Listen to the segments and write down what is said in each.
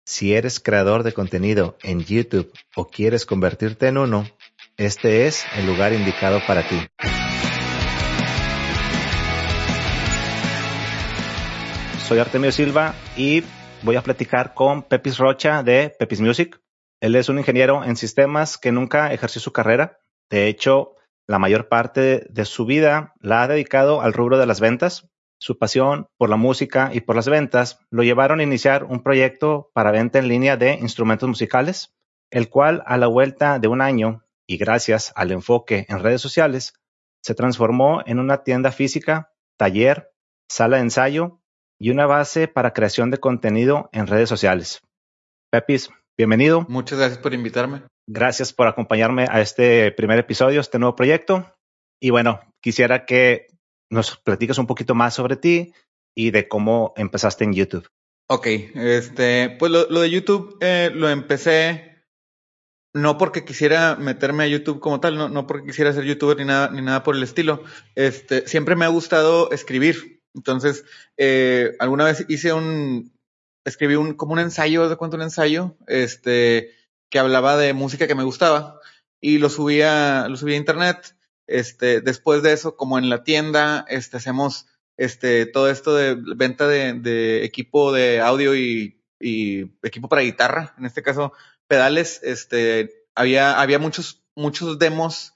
Si eres creador de contenido en YouTube o quieres convertirte en uno, este es el lugar indicado para ti. Soy Artemio Silva y voy a platicar con Pepis Rocha de Pepis Music. Él es un ingeniero en sistemas que nunca ejerció su carrera. De hecho, la mayor parte de su vida la ha dedicado al rubro de las ventas. Su pasión por la música y por las ventas lo llevaron a iniciar un proyecto para venta en línea de instrumentos musicales, el cual a la vuelta de un año y gracias al enfoque en redes sociales, se transformó en una tienda física, taller, sala de ensayo y una base para creación de contenido en redes sociales. Pepis, bienvenido. Muchas gracias por invitarme. Gracias por acompañarme a este primer episodio, este nuevo proyecto. Y bueno, quisiera que nos platiques un poquito más sobre ti y de cómo empezaste en YouTube. Ok, pues lo de YouTube lo empecé no porque quisiera meterme a YouTube como tal, no porque quisiera ser youtuber ni nada por el estilo. Siempre me ha gustado escribir. Entonces, alguna vez escribí como un ensayo, ¿de cuánto un ensayo? Que hablaba de música que me gustaba y lo subí a internet. Después de eso, como en la tienda, hacemos todo esto de venta de equipo de audio y equipo para guitarra, en este caso pedales, había muchos demos.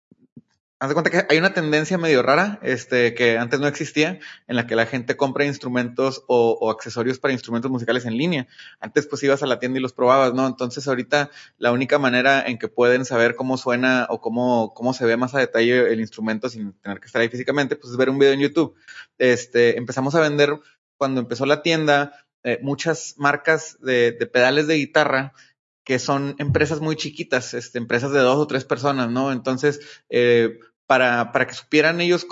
Haz de cuenta que hay una tendencia medio rara, que antes no existía, en la que la gente compra instrumentos o accesorios para instrumentos musicales en línea. Antes pues ibas a la tienda y los probabas, ¿no? Entonces ahorita la única manera en que pueden saber cómo suena o cómo se ve más a detalle el instrumento sin tener que estar ahí físicamente, pues es ver un video en YouTube. Empezamos a vender, cuando empezó la tienda, muchas marcas de pedales de guitarra, que son empresas muy chiquitas, empresas de 2 o 3 personas, ¿no? Entonces, para que supieran ellos,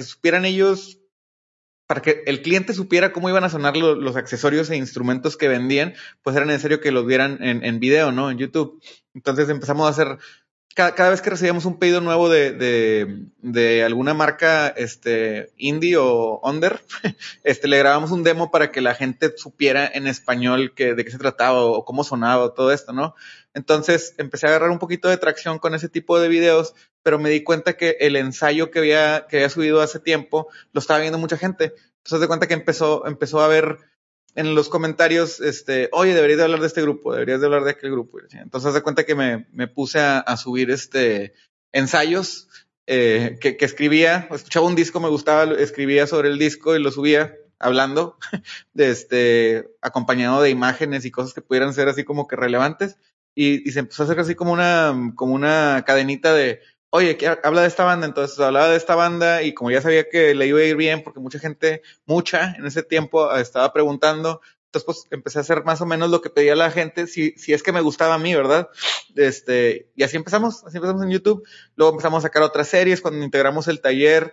para que el cliente supiera cómo iban a sonar los accesorios e instrumentos que vendían, pues era necesario que los vieran en video, ¿no? En YouTube. Entonces empezamos a hacer, cada vez que recibíamos un pedido nuevo de alguna marca indie o under, le grabamos un demo para que la gente supiera en español de qué se trataba o cómo sonaba todo esto, ¿no? Entonces empecé a agarrar un poquito de tracción con ese tipo de videos, pero me di cuenta que el ensayo que había subido hace tiempo lo estaba viendo mucha gente. Entonces de cuenta que empezó a ver en los comentarios, oye, deberías de hablar de este grupo, deberías de hablar de aquel grupo. Entonces de cuenta que me puse a subir ensayos que escribía, escuchaba un disco, me gustaba, escribía sobre el disco y lo subía hablando, acompañado de imágenes y cosas que pudieran ser así como que relevantes. Y se empezó a hacer así como una cadenita de, oye, habla de esta banda. Entonces hablaba de esta banda y como ya sabía que le iba a ir bien, porque mucha en ese tiempo estaba preguntando, entonces pues empecé a hacer más o menos lo que pedía la gente, si es que me gustaba a mí, ¿verdad? Y así empezamos en YouTube. Luego empezamos a sacar otras series cuando integramos el taller,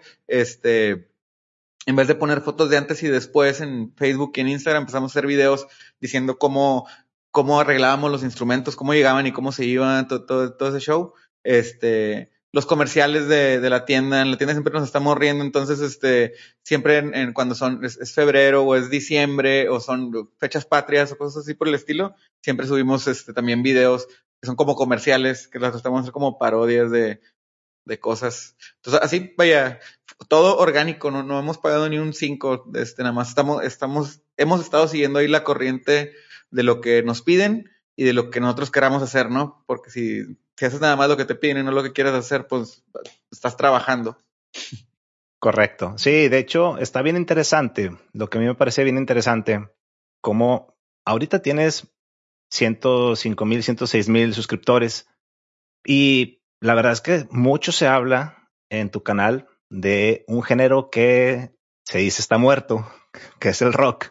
en vez de poner fotos de antes y después en Facebook y en Instagram, empezamos a hacer videos diciendo cómo arreglábamos los instrumentos, cómo llegaban y cómo se iban, todo ese show. Los comerciales de la tienda, en la tienda siempre nos estamos riendo, entonces siempre cuando es febrero o es diciembre o son fechas patrias o cosas así por el estilo, siempre subimos también videos que son como comerciales, que las tratamos de hacer como parodias de cosas. Entonces, así, vaya, todo orgánico, no hemos pagado ni un 5, nada más hemos estado siguiendo ahí la corriente de lo que nos piden y de lo que nosotros queramos hacer, ¿no? Porque si haces nada más lo que te piden y no lo que quieras hacer, pues estás trabajando. Correcto. Sí, de hecho, está bien interesante. Lo que a mí me parece bien interesante, como ahorita tienes 105,000, 106,000 suscriptores y la verdad es que mucho se habla en tu canal de un género que se dice está muerto, que es el rock.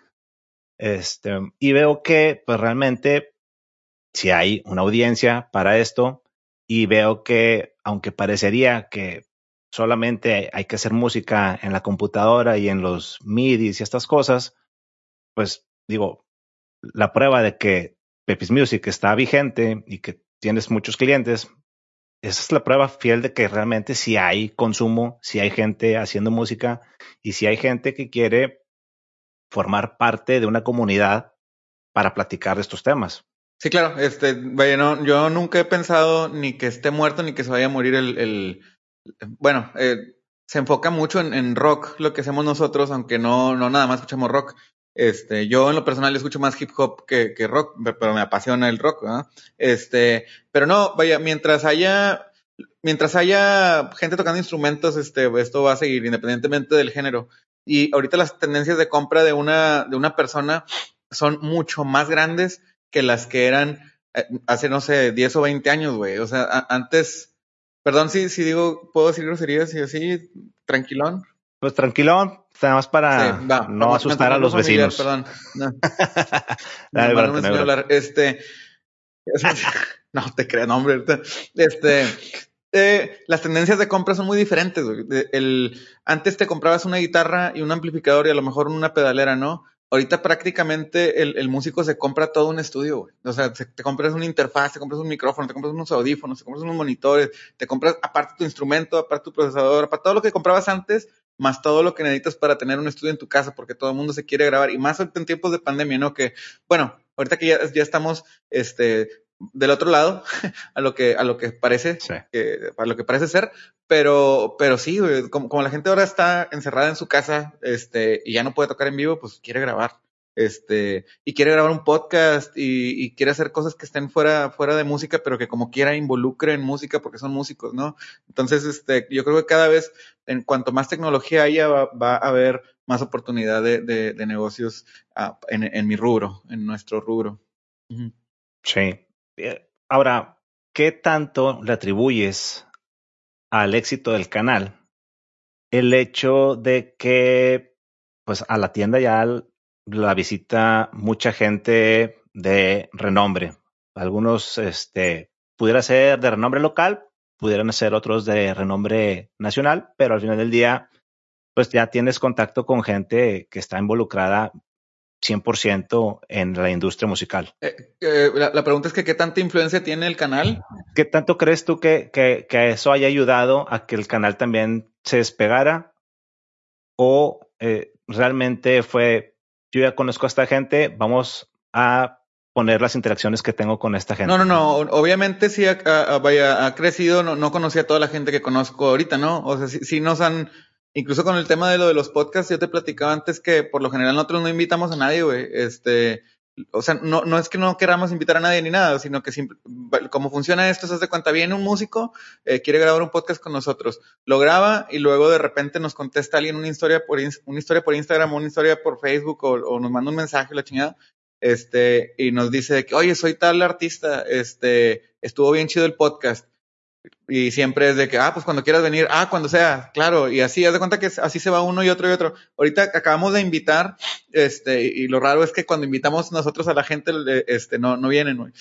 Y veo que pues realmente si hay una audiencia para esto y veo que aunque parecería que solamente hay que hacer música en la computadora y en los MIDIs y estas cosas, pues digo, la prueba de que Pepis Music está vigente y que tienes muchos clientes, esa es la prueba fiel de que realmente sí hay consumo, sí hay gente haciendo música y sí hay gente que quiere formar parte de una comunidad para platicar de estos temas. Sí, claro, vaya, no, yo nunca he pensado ni que esté muerto ni que se vaya a morir bueno, se enfoca mucho en rock lo que hacemos nosotros, aunque no nada más escuchamos rock. Yo en lo personal escucho más hip hop que rock, pero me apasiona el rock, ¿verdad? Pero no, vaya, mientras haya gente tocando instrumentos, esto va a seguir independientemente del género. Y ahorita las tendencias de compra de una persona son mucho más grandes que las que eran hace, no sé, 10 o 20 años, güey. O sea, antes, perdón si digo, puedo decir groserías y así, tranquilón. Pues tranquilo, nada más Sí, para va, no asustar a mantenerlo los familiar, vecinos. perdón. No, mi Dale, hermano me bronca, no hay enseñó a bronca. hablar. No te creas, no, hombre. Las tendencias de compra son muy diferentes, güey. Antes te comprabas una guitarra y un amplificador y a lo mejor una pedalera, ¿no? Ahorita prácticamente el músico se compra todo un estudio, güey. O sea, te compras una interfaz, te compras un micrófono, te compras unos audífonos, te compras unos monitores, te compras aparte tu instrumento, aparte tu procesador, aparte todo lo que comprabas antes, más todo lo que necesitas para tener un estudio en tu casa, porque todo el mundo se quiere grabar. Y más ahorita en tiempos de pandemia, ¿no? Que, bueno, ahorita que ya estamos, del otro lado, a lo que parece, Sí. a lo que parece ser, pero sí, güey, como la gente ahora está encerrada en su casa, y ya no puede tocar en vivo, pues quiere grabar, y quiere grabar un podcast y quiere hacer cosas que estén fuera de música, pero que como quiera involucren música porque son músicos, ¿no? Entonces, yo creo que cada vez, en cuanto más tecnología haya, va a haber más oportunidad de negocios en mi rubro, en nuestro rubro. Uh-huh. Sí. Ahora, ¿qué tanto le atribuyes al éxito del canal el hecho de que, pues, a la tienda ya la visita mucha gente de renombre? Algunos, pudiera ser de renombre local, pudieran ser otros de renombre nacional, pero al final del día, pues ya tienes contacto con gente que está involucrada 100% en la industria musical. La pregunta es que ¿qué tanta influencia tiene el canal? ¿Qué tanto crees tú que eso haya ayudado a que el canal también se despegara? ¿O realmente fue, yo ya conozco a esta gente, vamos a poner las interacciones que tengo con esta gente? No. Obviamente sí vaya, ha crecido. No conocía a toda la gente que conozco ahorita, ¿no? O sea, sí nos han, incluso con el tema de lo de los podcasts, yo te platicaba antes que por lo general nosotros no invitamos a nadie, güey. O sea, no es que no queramos invitar a nadie ni nada, sino que como funciona esto, se hace cuenta, viene un músico, quiere grabar un podcast con nosotros, lo graba y luego de repente nos contesta alguien una historia por Instagram, una historia por Facebook o nos manda un mensaje, la chingada, y nos dice que, oye, soy tal artista, estuvo bien chido el podcast. Y siempre es de que, pues cuando quieras venir, cuando sea, claro, y así, haz de cuenta que así se va uno y otro y otro. Ahorita acabamos de invitar, y lo raro es que cuando invitamos nosotros a la gente, no vienen, güey.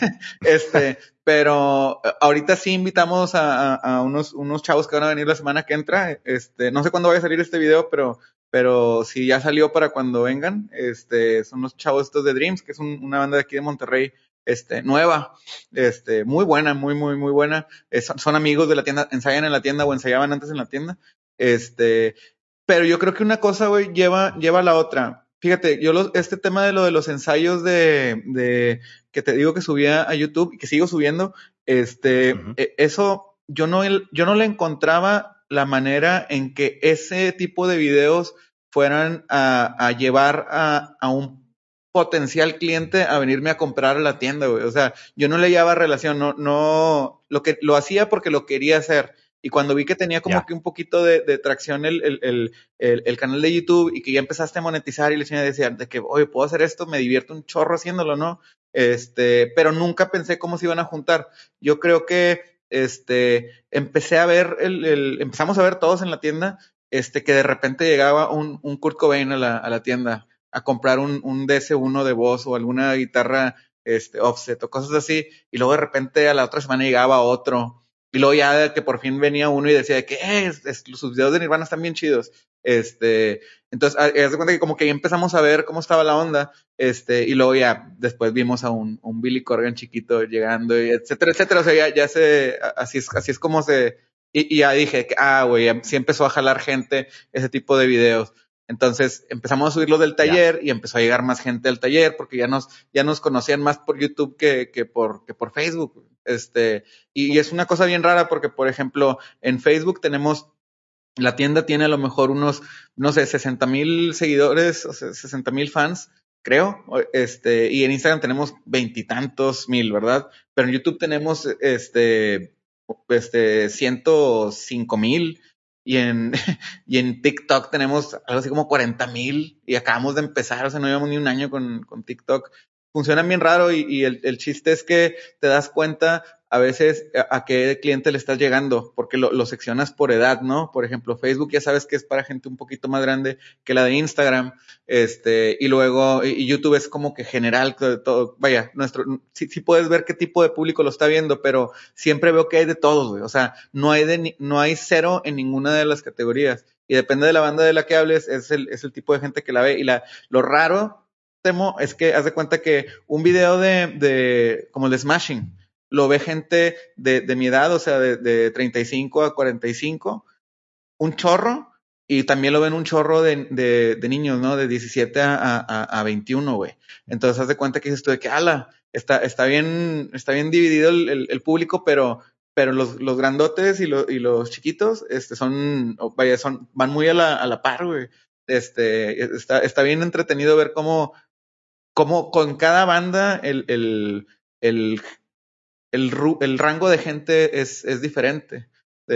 Pero ahorita sí invitamos a unos chavos que van a venir la semana que entra, no sé cuándo vaya a salir este video, pero sí ya salió para cuando vengan, son los chavos estos de Dreams, que es una banda de aquí de Monterrey, nueva, muy buena, muy buena. Son amigos de la tienda, ensayan en la tienda o ensayaban antes en la tienda. Pero yo creo que una cosa, güey, lleva a la otra. Fíjate, este tema de lo de los ensayos de que te digo que subía a YouTube y que sigo subiendo, Uh-huh. eso yo no le encontraba la manera en que ese tipo de videos fueran a llevar a un potencial cliente a venirme a comprar a la tienda, güey. O sea, yo no le llevaba relación, lo hacía porque lo quería hacer. Y cuando vi que tenía como Ya. que un poquito de tracción el canal de YouTube y que ya empezaste a monetizar y le decía de que, oye, puedo hacer esto, me divierto un chorro haciéndolo, ¿no? Pero nunca pensé cómo se iban a juntar. Yo creo que, empecé a ver empezamos a ver todos en la tienda, que de repente llegaba un Kurt Cobain a la tienda a comprar un DS1 de Boss o alguna guitarra, offset o cosas así, y luego de repente a la otra semana llegaba otro, y luego ya de que por fin venía uno y decía que sus videos de Nirvana están bien chidos. Entonces, haz de cuenta que como que ahí empezamos a ver cómo estaba la onda, y luego ya después vimos a un Billy Corgan chiquito llegando, y etcétera, etcétera. O sea, así es como y ya dije que, güey, sí empezó a jalar gente ese tipo de videos. Entonces empezamos a subirlo del taller y empezó a llegar más gente al taller porque ya nos conocían más por YouTube que por Facebook. Y es una cosa bien rara porque, por ejemplo, en Facebook la tienda tiene a lo mejor unos, no sé, 60,000 seguidores, o sea, 60,000 fans, creo. Y en Instagram tenemos 20 y tantos mil, ¿verdad? Pero en YouTube tenemos 105,000 y en, y en TikTok tenemos algo así como 40,000 y acabamos de empezar, o sea, no llevamos ni un año con TikTok. Funcionan bien raro y el chiste es que te das cuenta a veces a qué cliente le estás llegando, porque lo seccionas por edad, ¿no? Por ejemplo, Facebook ya sabes que es para gente un poquito más grande que la de Instagram, y luego y YouTube es como que general, todo, vaya, sí puedes ver qué tipo de público lo está viendo, pero siempre veo que hay de todos, güey, o sea, no hay cero en ninguna de las categorías, y depende de la banda de la que hables, es el tipo de gente que la ve, y lo raro, Temo, es que haz de cuenta que un video como el de Smashing, lo ve gente de mi edad, o sea, de 35 a 45, un chorro, y también lo ven un chorro de niños, ¿no? De 17 a 21, güey. Entonces, haz de cuenta que dices tú de que, está bien dividido el público, pero los grandotes y los chiquitos, van muy a la par, güey. Está bien entretenido ver cómo con cada banda el rango de gente es diferente.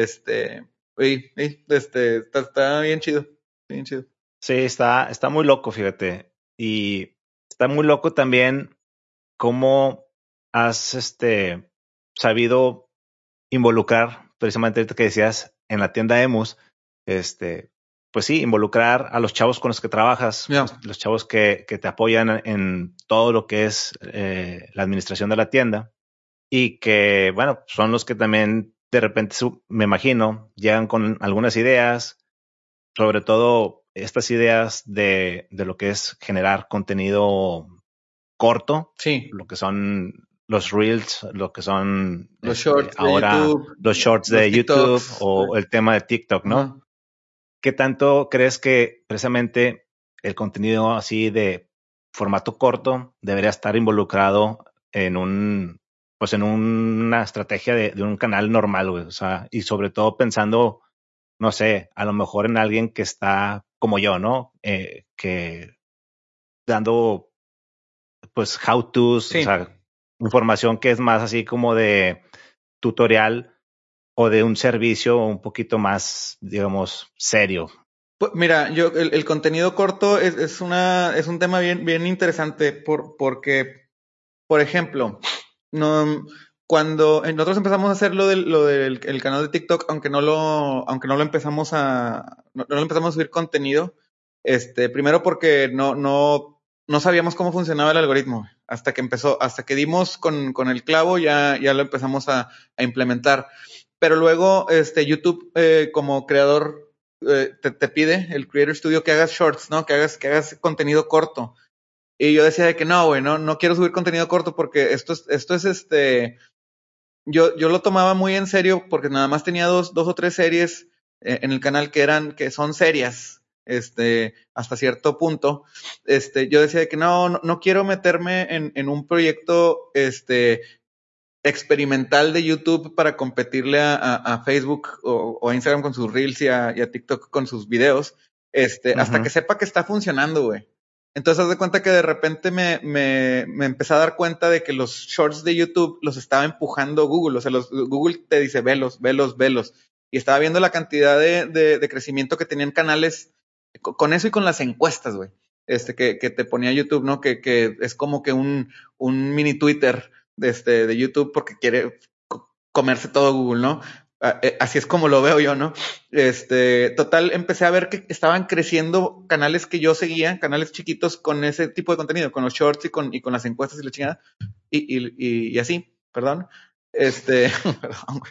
Está bien chido. Bien chido. Sí, está muy loco, fíjate. Y está muy loco también cómo has sabido involucrar, precisamente ahorita que decías, en la tienda Emus, pues sí, involucrar a los chavos con los que trabajas, Yeah. los chavos que te apoyan en todo lo que es la administración de la tienda y que, bueno, son los que también de repente, me imagino, llegan con algunas ideas, sobre todo estas ideas de lo que es generar contenido corto, Sí. lo que son los reels, lo que son Los shorts ahora de YouTube, los shorts los de YouTube TikToks. o el tema de TikTok, ¿no? Ajá. ¿Qué tanto crees que precisamente el contenido así de formato corto debería estar involucrado en en una estrategia de un canal normal, güey? O sea, y sobre todo pensando, no sé, a lo mejor en alguien que está como yo, ¿no? Que dando, pues, how to's, Sí. o sea, información que es más así como de tutorial o de un servicio un poquito más, digamos, serio. Pues mira, el contenido corto es un tema bien interesante porque, por ejemplo, no, cuando nosotros empezamos a hacer lo del el canal de TikTok, aunque no lo empezamos no lo empezamos a subir contenido, primero porque no sabíamos cómo funcionaba el algoritmo. Hasta que dimos con el clavo, ya lo empezamos a implementar. Pero luego, YouTube, como creador, te pide el Creator Studio que hagas shorts, ¿no? Que hagas contenido corto. Y yo decía de que no, güey, no quiero subir contenido corto porque esto es yo lo tomaba muy en serio porque nada más tenía dos o tres series en el canal que son serias, hasta cierto punto. Yo decía de que no quiero meterme en un proyecto, experimental de YouTube para competirle a Facebook o a Instagram con sus reels y a TikTok con sus videos, hasta que sepa que está funcionando, güey. Entonces, haz de cuenta que de repente me empecé a dar cuenta de que los shorts de YouTube los estaba empujando Google. O sea, Google te dice, velos. Y estaba viendo la cantidad de crecimiento que tenían canales con eso y con las encuestas, güey. Que te ponía YouTube, ¿no? Que es como que un mini Twitter de YouTube porque quiere comerse todo Google, ¿no? Así es como lo veo yo, ¿no? Total, empecé a ver que estaban creciendo canales que yo seguía, canales chiquitos con ese tipo de contenido, con los shorts y con las encuestas y la chingada, y así, perdón. Perdón,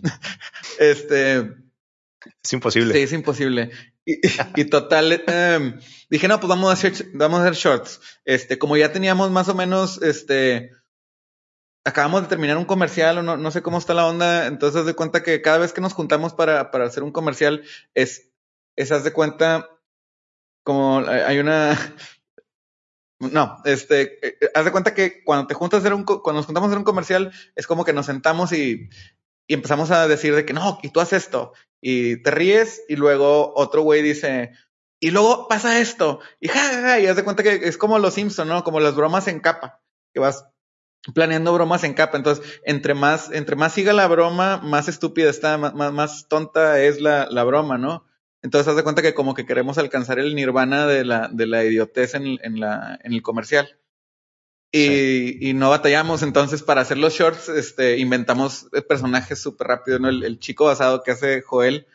Es imposible. sí, es imposible. Y total, dije, no, pues vamos a hacer shorts. Como ya teníamos más o menos, acabamos de terminar un comercial o no sé cómo está la onda, entonces haz de cuenta que cada vez que nos juntamos para hacer un comercial haz de cuenta como hay una... No, haz de cuenta que cuando te juntas a hacer cuando nos juntamos a hacer un comercial, es como que nos sentamos y empezamos a decir de que no, y tú haces esto, y te ríes, y luego otro güey dice, y luego pasa esto, y ja, y haz de cuenta que es como los Simpson, ¿no? Como las bromas en capa, que vas planeando bromas en capa. Entonces, entre más siga la broma, más estúpida está, más tonta es la broma, ¿no? Entonces, haz de cuenta que como que queremos alcanzar el nirvana de la idiotez en el comercial. Y no batallamos. Entonces, para hacer los shorts, inventamos personajes súper rápido, ¿no? El chico basado que hace Joel,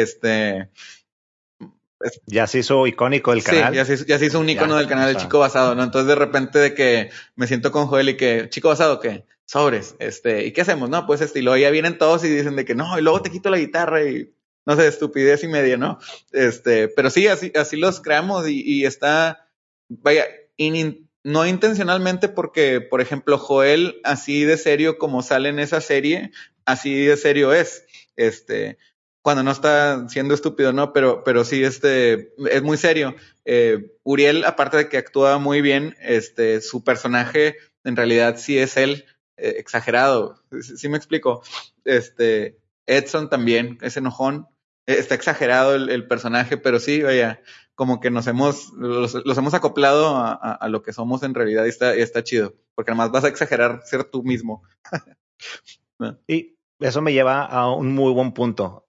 ya se hizo icónico el canal. Ya se hizo un icono del canal del Chico Basado, ¿no? Entonces de repente de que me siento con Joel y que, Chico Basado, ¿qué? Sobres, ¿y qué hacemos? No, pues y luego ya vienen todos y dicen de que no, y luego te quito la guitarra y no sé, estupidez y media, ¿no? Pero sí, así los creamos y está, vaya, no intencionalmente porque, por ejemplo, Joel, así de serio como sale en esa serie, así de serio es, cuando no está siendo estúpido, ¿no? Pero sí, es muy serio. Uriel, aparte de que actúa muy bien, su personaje en realidad sí es él, exagerado. Sí me explico. Edson también es enojón. Está exagerado el personaje, pero sí, vaya, como que los hemos acoplado a lo que somos en realidad y está chido, porque además vas a exagerar ser tú mismo. ¿No? Y eso me lleva a un muy buen punto.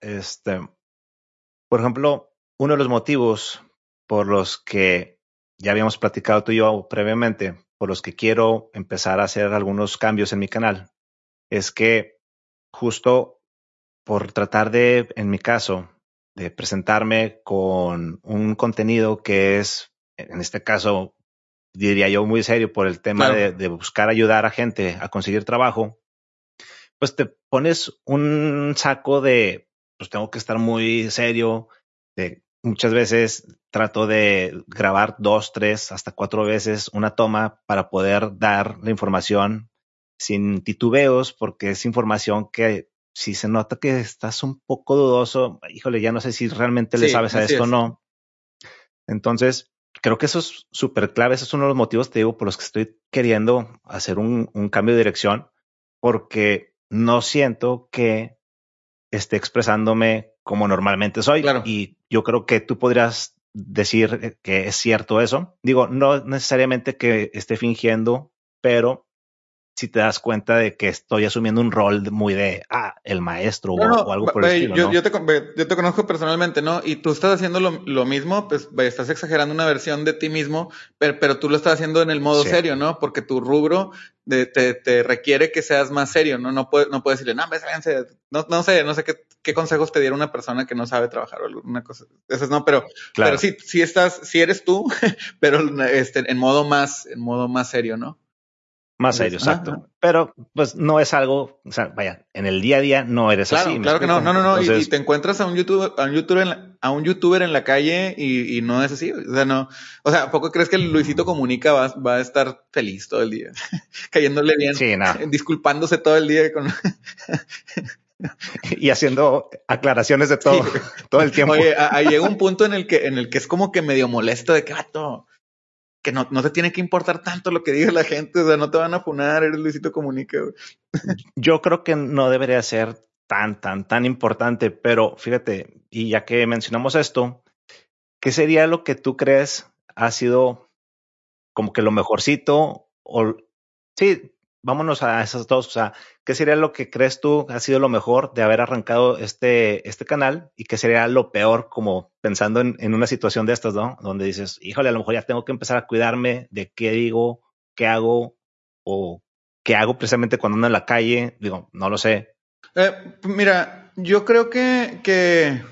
Por ejemplo, uno de los motivos por los que ya habíamos platicado tú y yo previamente, por los que quiero empezar a hacer algunos cambios en mi canal, es que justo por tratar de, en mi caso, de presentarme con un contenido que es, en este caso, diría yo, muy serio por el tema Claro. de buscar ayudar a gente a conseguir trabajo, pues te pones un saco de, pues tengo que estar muy serio. Muchas veces trato de grabar 2, 3, hasta 4 veces una toma para poder dar la información sin titubeos, porque es información que si se nota que estás un poco dudoso, híjole, ya no sé si realmente le sabes a esto o no. Entonces, creo que eso es súper clave. Ese es uno de los motivos, te digo, por los que estoy queriendo hacer un cambio de dirección, porque no siento que esté expresándome como normalmente soy. Claro. Y yo creo que tú podrías decir que es cierto eso. Digo, no necesariamente que esté fingiendo, pero si te das cuenta de que estoy asumiendo un rol muy de, el maestro o algo por el estilo, ¿no? Yo te conozco personalmente, ¿no? Y tú estás haciendo lo mismo, pues estás exagerando una versión de ti mismo, pero tú lo estás haciendo en el modo serio, ¿no? Porque tu rubro te requiere que seas más serio, ¿no? No puedes decirle, no, no sé qué consejos te diera una persona que no sabe trabajar o alguna cosa. Eso no, pero sí eres tú, pero en modo más serio, ¿no? Más serio, exacto. Pero pues no es algo, o sea, vaya, en el día a día no eres así. Claro que no. Entonces, y te encuentras a un youtuber en la calle y no es así. O sea, no. O sea, ¿a poco crees que Luisito Comunica va a estar feliz todo el día? Cayéndole bien. Sí, no. Disculpándose todo el día con... y haciendo aclaraciones de todo, todo el tiempo. Oye, llega un punto en el que es como que medio molesto de que vato, que no te tiene que importar tanto lo que diga la gente, o sea, no te van a funar, eres Luisito Comunica. Yo creo que no debería ser tan importante, pero fíjate, y ya que mencionamos esto, ¿qué sería lo que tú crees ha sido como que lo mejorcito? O sí, vámonos a esos dos, o sea, ¿qué sería lo que crees tú ha sido lo mejor de haber arrancado este canal y qué sería lo peor, como pensando en una situación de estas, ¿no? Donde dices, híjole, a lo mejor ya tengo que empezar a cuidarme de qué digo, qué hago o qué hago precisamente cuando ando en la calle. Digo, no lo sé. Mira, yo creo que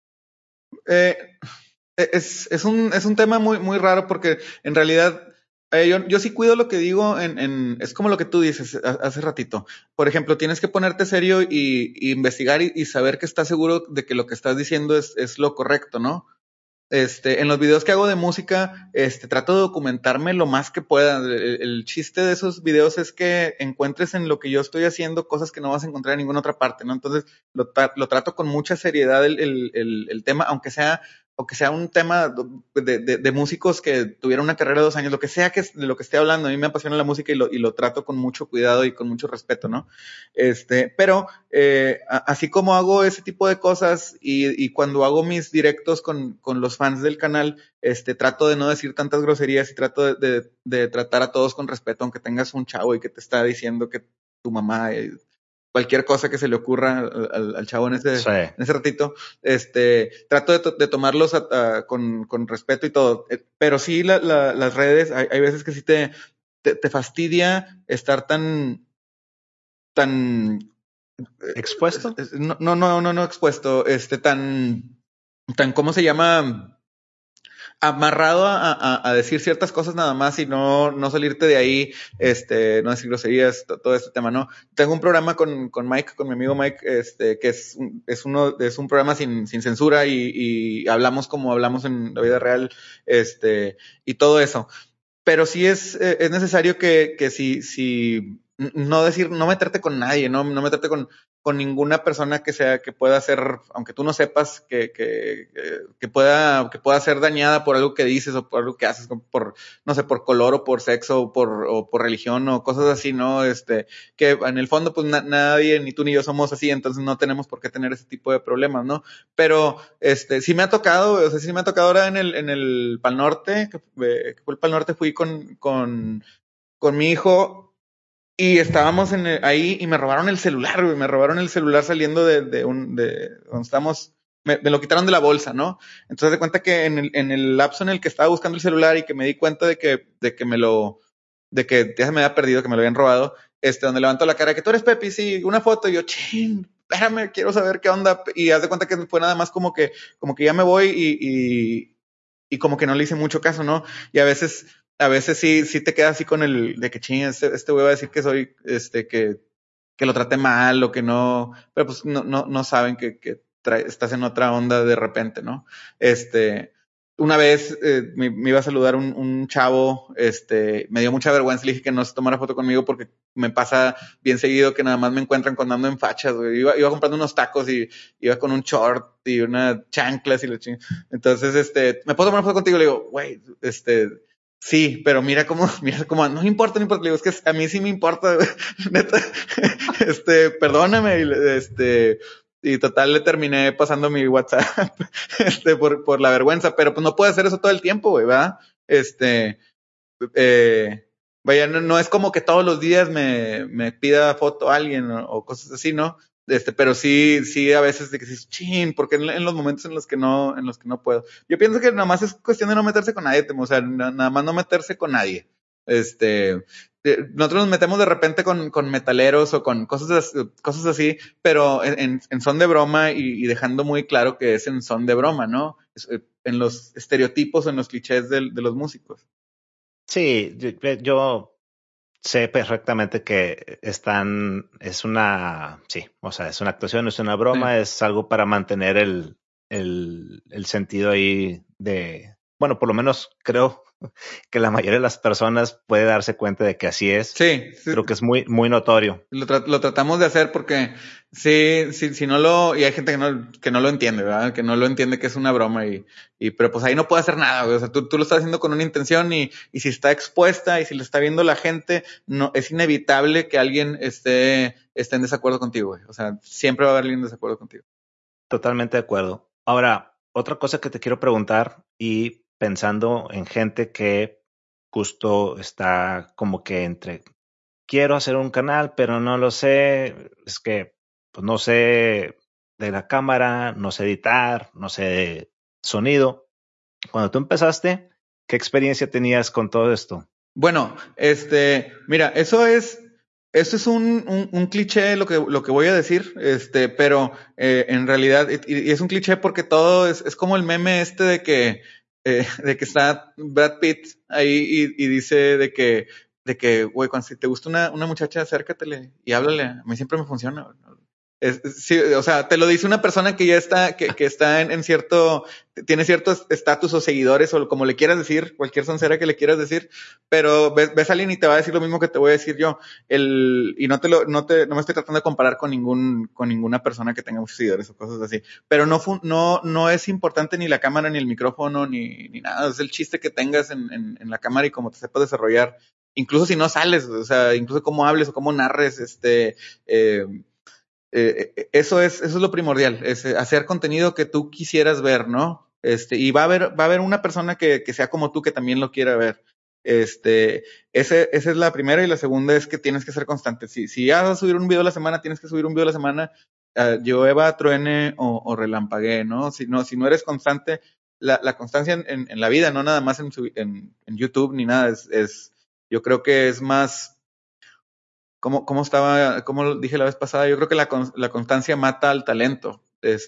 es un tema muy raro porque en realidad yo sí cuido lo que digo es como lo que tú dices hace ratito. Por ejemplo, tienes que ponerte serio y investigar y saber que estás seguro de que lo que estás diciendo es lo correcto, ¿no? En los videos que hago de música, trato de documentarme lo más que pueda. El chiste de esos videos es que encuentres en lo que yo estoy haciendo cosas que no vas a encontrar en ninguna otra parte, ¿no? Entonces, lo trato con mucha seriedad el tema, aunque sea o que sea un tema de músicos que tuvieron una carrera de 2 años, lo que sea que de lo que esté hablando, a mí me apasiona la música y lo trato con mucho cuidado y con mucho respeto, ¿no? Pero así como hago ese tipo de cosas y cuando hago mis directos con los fans del canal, trato de no decir tantas groserías y trato de tratar a todos con respeto, aunque tengas un chavo y que te está diciendo que tu mamá, cualquier cosa que se le ocurra al chavo en Sí. ese ratito, trato de tomarlos con respeto y todo. Pero sí, las redes, hay veces que sí te fastidia estar tan ¿Expuesto? no expuesto, tan, ¿cómo se llama? Amarrado a decir ciertas cosas nada más y no salirte de ahí, no decir groserías, todo este tema, ¿no? Tengo un programa con Mike, con mi amigo Mike, que es un programa sin censura y hablamos como hablamos en la vida real, y todo eso. Pero sí es necesario que si no decir, no meterte con nadie, no meterte con ninguna persona que pueda ser, aunque tú no sepas, que pueda ser dañada por algo que dices o por algo que haces, por, no sé, por color o por sexo o por religión o cosas así, ¿no? Que en el fondo, pues nadie, ni tú ni yo somos así, entonces no tenemos por qué tener ese tipo de problemas, ¿no? Pero, sí me ha tocado, o sea, sí me ha tocado ahora en el Pal Norte, que fue el Pal Norte, fui con mi hijo y estábamos ahí y me robaron el celular, güey. Me robaron el celular saliendo de donde estábamos. Me lo quitaron de la bolsa, ¿no? Entonces de cuenta que en el lapso en el que estaba buscando el celular y que me di cuenta de que ya se me había perdido, que me lo habían robado, donde levantó la cara, que tú eres Pepi, sí, una foto, y yo, ching, espérame, quiero saber qué onda. Y haz de cuenta que fue nada más como que ya me voy y como que no le hice mucho caso, ¿no? Y a veces sí te queda así con el de que ching, este güey va a decir que soy, que lo traté mal o que no, pero pues no saben que estás en otra onda de repente, ¿no? Una vez me iba a saludar un chavo, me dio mucha vergüenza, le dije que no se tomara foto conmigo porque me pasa bien seguido que nada más me encuentran cuando ando en fachas, güey. Iba comprando unos tacos y iba con un short y una chanclas y la chingada. Entonces, ¿me puedo tomar una foto contigo? Le digo, güey, sí, pero mira cómo, no importa, le digo, es que a mí sí me importa, neta, perdóname, y total le terminé pasando mi WhatsApp, por la vergüenza, pero pues no puedo hacer eso todo el tiempo, güey, ¿verdad? Vaya, no es como que todos los días me pida foto a alguien o cosas así, ¿no? Pero sí, a veces de que dices, chin, porque en los momentos en los que no puedo. Yo pienso que nada más es cuestión de no meterse con nadie, o sea, nada más no meterse con nadie. Nosotros nos metemos de repente con metaleros o con cosas así, pero en son de broma y dejando muy claro que es en son de broma, ¿no? En los estereotipos o en los clichés de los músicos. Sí, yo sé perfectamente que sí, o sea, es una actuación, es una Sí. broma, es algo para mantener el sentido ahí bueno, por lo menos creo que la mayoría de las personas puede darse cuenta de que así es. Sí, sí, Creo que es muy, muy notorio. lo tratamos de hacer porque sí, si no y hay gente que no lo entiende, ¿verdad? Que no lo entiende que es una broma pero pues ahí no puede hacer nada, güey. O sea, tú lo estás haciendo con una intención y si está expuesta y si lo está viendo la gente, no, es inevitable que alguien esté en desacuerdo contigo, güey. O sea, siempre va a haber alguien en desacuerdo contigo. Totalmente de acuerdo. Ahora, otra cosa que te quiero preguntar y pensando en gente que justo está como que quiero hacer un canal, pero no lo sé, es que pues no sé de la cámara, no sé editar, no sé de sonido. Cuando tú empezaste, ¿qué experiencia tenías con todo esto? Bueno, mira, eso es un cliché lo que voy a decir, pero en realidad, y es un cliché porque todo es como el meme de que está Brad Pitt ahí y dice güey, si te gusta una muchacha, acércatele y háblale. A mí siempre me funciona. Sí, o sea, te lo dice una persona que ya está, que está en cierto, tiene cierto estatus o seguidores o como le quieras decir, cualquier soncera que le quieras decir, pero ves a alguien y te va a decir lo mismo que te voy a decir yo. Y no me estoy tratando de comparar con ninguna persona que tenga muchos seguidores o cosas así. Pero no es importante ni la cámara, ni el micrófono, ni nada. Es el chiste que tengas en la cámara y cómo te sepas desarrollar. Incluso si no sales, o sea, incluso cómo hables o cómo narres, eso es lo primordial, es hacer contenido que tú quisieras ver, ¿no? Y va a haber una persona que sea como tú que también lo quiera ver. Esa es la primera, y la segunda es que tienes que ser constante. Si ya vas a subir un video a la semana, tienes que subir un video a la semana, llueva, truene o relampaguee, ¿no? Si no eres constante, la constancia en la vida, no nada más en YouTube ni nada, yo creo que es más. ¿Cómo dije la vez pasada? Yo creo que la constancia mata al talento.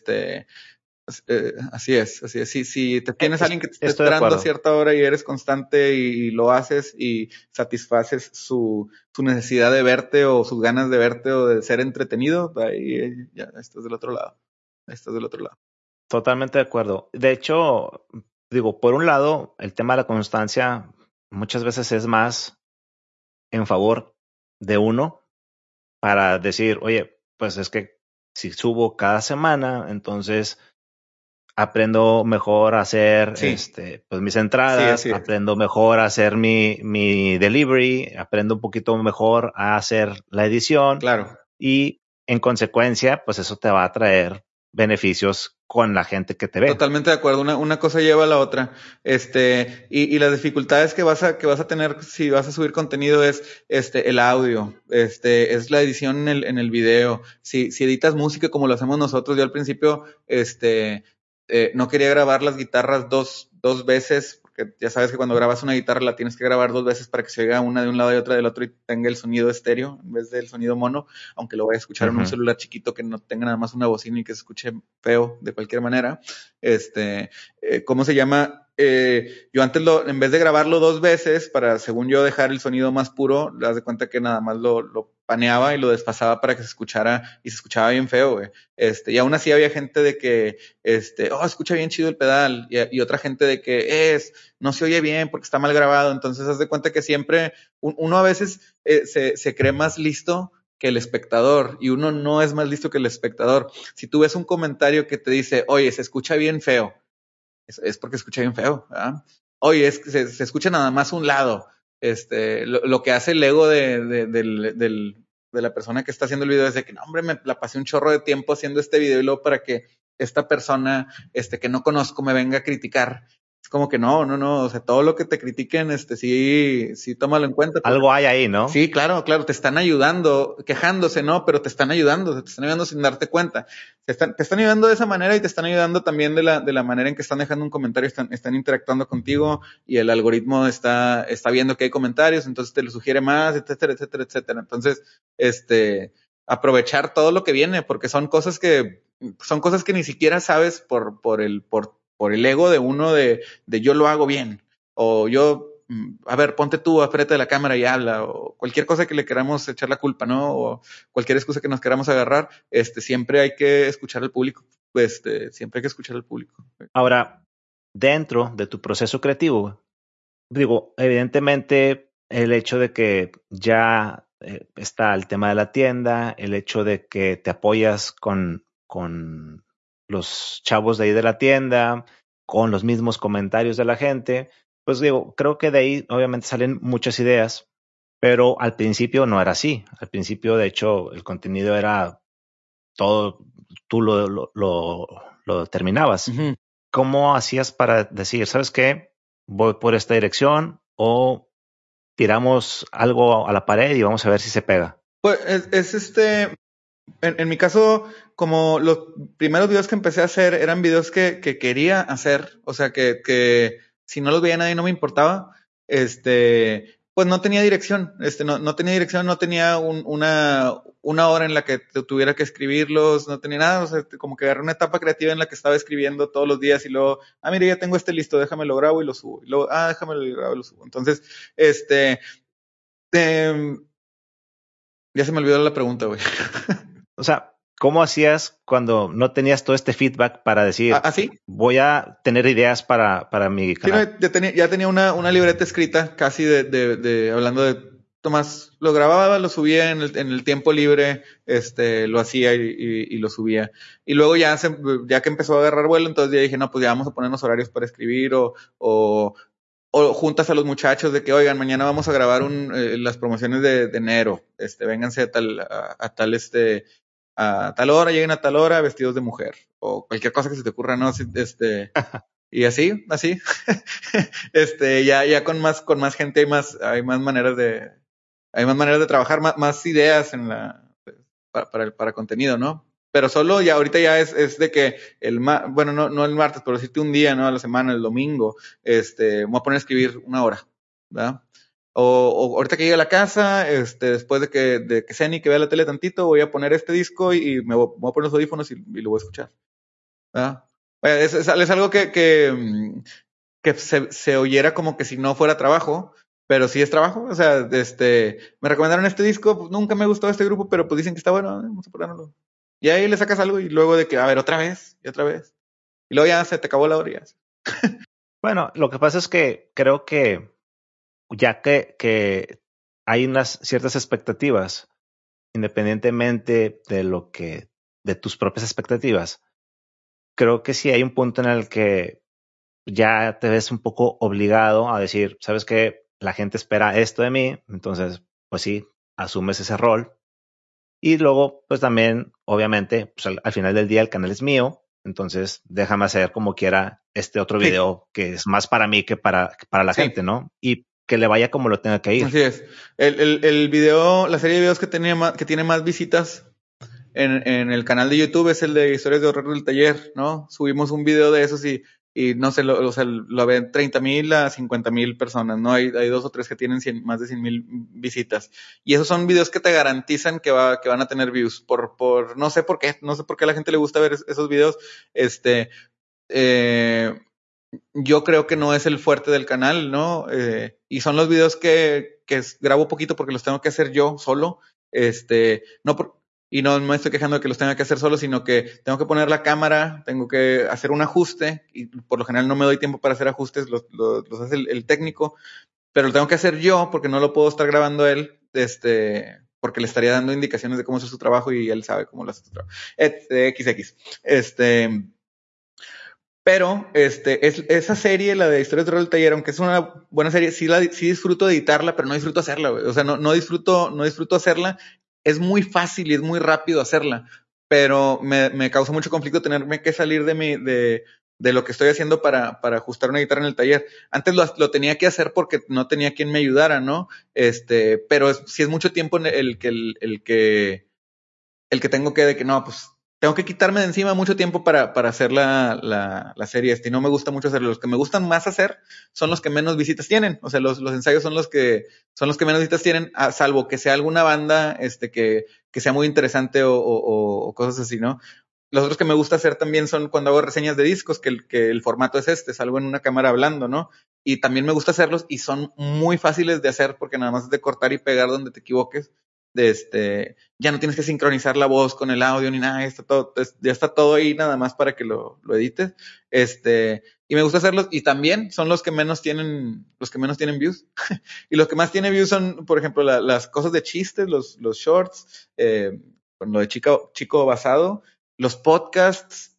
Así es. Si te tienes a alguien que te esté Estoy de esperando a acuerdo. cierta hora y eres constante y lo haces y satisfaces su necesidad de verte o sus ganas de verte o de ser entretenido, ahí ya estás del otro lado. Estás del otro lado. Totalmente de acuerdo. De hecho, digo, por un lado, el tema de la constancia muchas veces es más en favor de uno para decir, oye, pues es que si subo cada semana, entonces aprendo mejor a hacer Sí, pues mis sí, entradas, así es. aprendo mejor a hacer mi delivery, aprendo un poquito mejor a hacer la edición Claro. y en consecuencia, pues eso te va a traer beneficios con la gente que te ve. Totalmente de acuerdo, una cosa lleva a la otra. Y las dificultades que vas a tener si vas a subir contenido es el audio, es la edición en el video. Si editas música como lo hacemos nosotros, yo al principio no quería grabar las guitarras dos veces, porque ya sabes que cuando grabas una guitarra la tienes que grabar dos veces para que se oiga una de un lado y otra del otro y tenga el sonido estéreo en vez del sonido mono, aunque lo vaya a escuchar en un Ujú. celular chiquito que no tenga nada más una bocina y que se escuche feo de cualquier manera. ¿Cómo se llama? Yo antes en vez de grabarlo dos veces para, según yo, dejar el sonido más puro, das de cuenta que nada más lo paneaba y lo desfasaba para que se escuchara y se escuchaba bien feo, güey. Y aún así había gente de que, escucha bien chido el pedal y otra gente de que no se oye bien porque está mal grabado. Entonces, haz de cuenta que siempre uno a veces se cree más listo que el espectador y uno no es más listo que el espectador. Si tú ves un comentario que te dice, oye, se escucha bien feo, es porque escucha bien feo, ¿verdad? Oye, se escucha nada más un lado. Lo que hace el ego de la persona que está haciendo el video es de que, no, hombre, me la pasé un chorro de tiempo haciendo este video y luego para que esta persona, que no conozco me venga a criticar. Es como que no, o sea, todo lo que te critiquen, sí, tómalo en cuenta. Algo hay ahí, ¿no? Sí, claro, te están ayudando, quejándose, ¿no? Pero te están ayudando sin darte cuenta. Te están ayudando de esa manera y te están ayudando también de la manera en que están dejando un comentario, están interactuando contigo y el algoritmo está viendo que hay comentarios, entonces te lo sugiere más, etcétera, etcétera, etcétera. Entonces, aprovechar todo lo que viene, porque son cosas que ni siquiera sabes por el ego de uno de yo lo hago bien o yo a ver, ponte tú frente de la cámara y habla, o cualquier cosa que le queramos echar la culpa, ¿no? O cualquier excusa que nos queramos agarrar, siempre hay que escuchar al público, siempre hay que escuchar al público. Ahora, dentro de tu proceso creativo, digo, evidentemente el hecho de que ya está el tema de la tienda, el hecho de que te apoyas con los chavos de ahí de la tienda, con los mismos comentarios de la gente, pues digo, creo que de ahí obviamente salen muchas ideas, pero al principio no era así. Al principio, de hecho, el contenido era todo, tú lo determinabas. Ujú. ¿Cómo hacías para decir, sabes qué, voy por esta dirección o tiramos algo a la pared y vamos a ver si se pega? Pues en mi caso, como los primeros videos que empecé a hacer eran videos que quería hacer, o sea, que si no los veía nadie no me importaba, pues no tenía dirección, no tenía dirección, no tenía una hora en la que tuviera que escribirlos, no tenía nada, o sea, como que agarré una etapa creativa en la que estaba escribiendo todos los días y luego, mira, ya tengo listo, déjame lo grabo y lo subo, y luego, déjame lo grabo y lo subo. Entonces, em, ya se me olvidó la pregunta, güey. O sea, ¿cómo hacías cuando no tenías todo este feedback para decir, ¿Así? voy a tener ideas para mi Sí, no, canal? ya tenía una libreta escrita casi hablando de Tomás, lo grababa, lo subía en el tiempo libre, lo hacía y lo subía. Y luego ya que empezó a agarrar vuelo, entonces ya dije, no, pues ya vamos a ponernos horarios para escribir o juntas a los muchachos de que, oigan, mañana vamos a grabar las promociones de enero, vénganse a tal hora, lleguen a tal hora vestidos de mujer, o cualquier cosa que se te ocurra, ¿no? Y así, ya con más gente hay más maneras de trabajar, más ideas para contenido, ¿no? Pero solo ya, ahorita ya es de que bueno, no el martes, pero decirte un día, ¿no? A la semana, el domingo, me voy a poner a escribir una hora, ¿verdad? O ahorita que llegue a la casa, después de que cene y que vea la tele tantito, voy a poner este disco y me voy a poner los audífonos y lo voy a escuchar, ¿verdad? Es algo que se oyera como que si no fuera trabajo, pero sí es trabajo. O sea, me recomendaron este disco, pues nunca me gustó este grupo, pero pues dicen que está bueno, vamos a ponerlo. Y ahí le sacas algo y luego de que, a ver, otra vez, y otra vez. Y luego ya se te acabó la hora y ya. Bueno, lo que pasa es que creo que ya que hay unas ciertas expectativas, independientemente de tus propias expectativas, creo que sí hay un punto en el que ya te ves un poco obligado a decir, sabes que la gente espera esto de mí, entonces, pues sí, asumes ese rol. Y luego, pues también, obviamente, pues al final del día el canal es mío, entonces déjame hacer como quiera este otro Sí, video que es más para mí que para la gente, sí, ¿no? Y que le vaya como lo tenga que así ir. es. El video, la serie de videos que tiene más visitas en el canal de YouTube es el de Historias de Horror del Taller, ¿no? Subimos un video de esos y no sé, o sea, lo ven 30,000 a 50,000 personas, ¿no? Hay dos o tres que tienen más de 100,000 visitas. Y esos son videos que te garantizan que van a tener views. No sé por qué a la gente le gusta ver esos videos. Eh, yo creo que no es el fuerte del canal, ¿no? Y son los videos que grabo poquito porque los tengo que hacer yo solo. No y no me estoy quejando de que los tenga que hacer solo, sino que tengo que poner la cámara, tengo que hacer un ajuste, y por lo general no me doy tiempo para hacer ajustes, los hace el técnico, pero lo tengo que hacer yo porque no lo puedo estar grabando él, porque le estaría dando indicaciones de cómo hacer su trabajo y él sabe cómo lo hace su trabajo. XX. Pero esa serie, la de Historias de Rol del Taller, aunque es una buena serie, sí disfruto de editarla, pero no disfruto hacerla, güey. O sea, no disfruto hacerla. Es muy fácil y es muy rápido hacerla, pero me causa mucho conflicto tenerme que salir de lo que estoy haciendo para ajustar una guitarra en el taller. Antes lo tenía que hacer porque no tenía quien me ayudara, ¿no? Pero si es mucho tiempo en el que tengo de que no, pues tengo que quitarme de encima mucho tiempo para hacer la serie y no me gusta mucho hacerlo. Los que me gustan más hacer son los que menos visitas tienen. O sea, los ensayos son los que menos visitas tienen, salvo que sea alguna banda que sea muy interesante o cosas así, ¿no? Los otros que me gusta hacer también son cuando hago reseñas de discos, que el formato es salgo en una cámara hablando, ¿no? Y también me gusta hacerlos y son muy fáciles de hacer porque nada más es de cortar y pegar donde te equivoques. Ya no tienes que sincronizar la voz con el audio ni nada, ya está todo ahí nada más para que lo edites. Y me gusta hacerlos y también son los que menos tienen views. Y los que más tienen views son, por ejemplo, las cosas de chistes, los shorts, con lo de Chico Basado, los podcasts,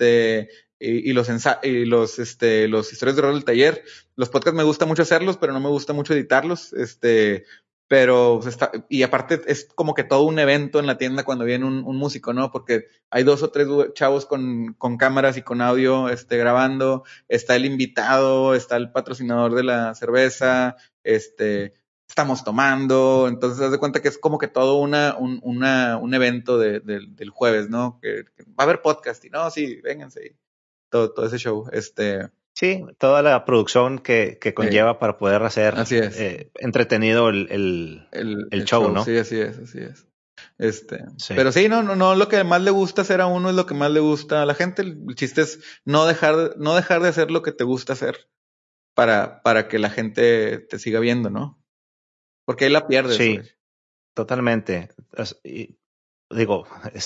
los historias de rol del taller. Los podcasts me gusta mucho hacerlos, pero no me gusta mucho editarlos. Pero y aparte es como que todo un evento en la tienda cuando viene un músico, ¿no? Porque hay 2 o 3 chavos con cámaras y con audio, grabando, está el invitado, está el patrocinador de la cerveza, estamos tomando, entonces haz de cuenta que es como que todo un evento del jueves, ¿no? Que va a haber podcast y no, sí, vénganse, y todo ese show, Sí, toda la producción que conlleva para poder hacer así es. entretenido el El show, show, ¿no? sí, así es, así es. Sí. Pero sí, no, lo que más le gusta hacer a uno es lo que más le gusta a la gente. El chiste es no dejar de hacer lo que te gusta hacer para que la gente te siga viendo, ¿no? Porque ahí la pierdes, güey. Sí, totalmente. Digo, esto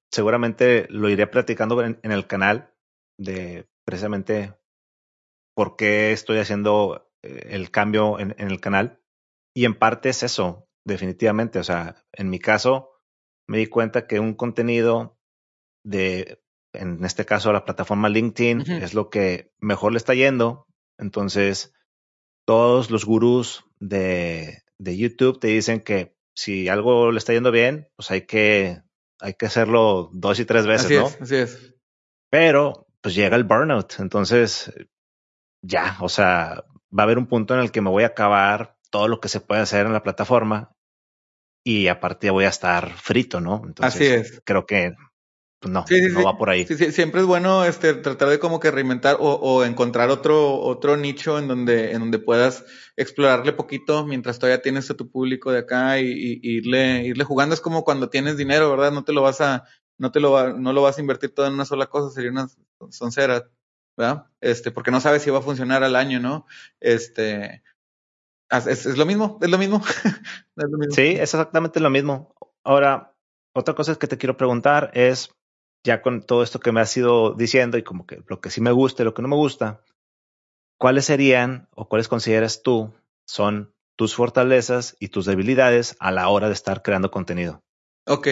seguramente lo iré platicando en el canal de precisamente por qué estoy haciendo el cambio en el canal. Y en parte es eso, definitivamente. O sea, en mi caso, me di cuenta que un contenido de, en este caso, la plataforma LinkedIn Ujú. es lo que mejor le está yendo. Entonces, todos los gurús de YouTube te dicen que si algo le está yendo bien, pues hay que hacerlo 2 y 3 veces, Así es, ¿no? así es. Pero pues llega el burnout. Entonces, ya, o sea, va a haber un punto en el que me voy a acabar todo lo que se puede hacer en la plataforma y aparte voy a estar frito, ¿no? Así Entonces, es. creo que pues, Sí, sí, no sí. va por ahí. Sí, sí, siempre es bueno tratar de como que reinventar o encontrar otro nicho en donde puedas explorarle poquito mientras todavía tienes a tu público de acá y irle jugando. Es como cuando tienes dinero, ¿verdad? No lo vas a invertir todo en una sola cosa, sería una soncera, ¿verdad? Porque no sabes si va a funcionar al año, ¿no? Este, es lo mismo, es lo mismo. Es lo mismo. Sí, es exactamente lo mismo. Ahora, otra cosa que te quiero preguntar es, ya con todo esto que me has ido diciendo y como que lo que sí me gusta y lo que no me gusta, ¿cuáles serían o cuáles consideras tú son tus fortalezas y tus debilidades a la hora de estar creando contenido? Ok,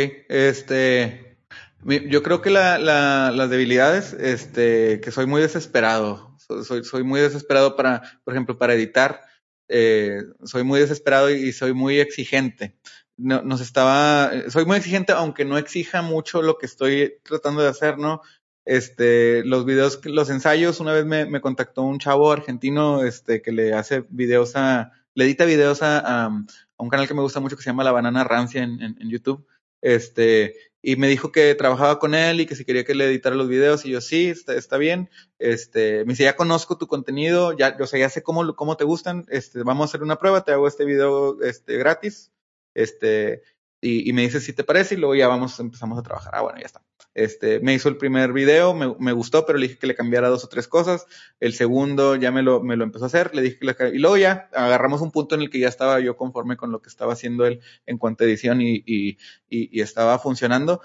yo creo que las debilidades, que soy muy desesperado, soy muy desesperado por ejemplo, para editar, soy muy desesperado y soy muy exigente. No, soy muy exigente, aunque no exija mucho lo que estoy tratando de hacer, ¿no? Los videos, los ensayos, una vez me contactó un chavo argentino, que le edita videos a un canal que me gusta mucho que se llama La Banana Rancia en YouTube. Y me dijo que trabajaba con él y que si quería que le editara los videos, y yo sí, está bien. Me dice, ya conozco tu contenido, ya sé cómo te gustan, vamos a hacer una prueba, te hago este video, gratis, este, y me dice si te parece, y luego ya empezamos a trabajar. Ah, bueno, ya está. Me hizo el primer video, me gustó, pero le dije que le cambiara 2 o 3 cosas. El segundo ya me lo empezó a hacer, le dije y luego ya agarramos un punto en el que ya estaba yo conforme con lo que estaba haciendo él en cuanto a edición y estaba funcionando.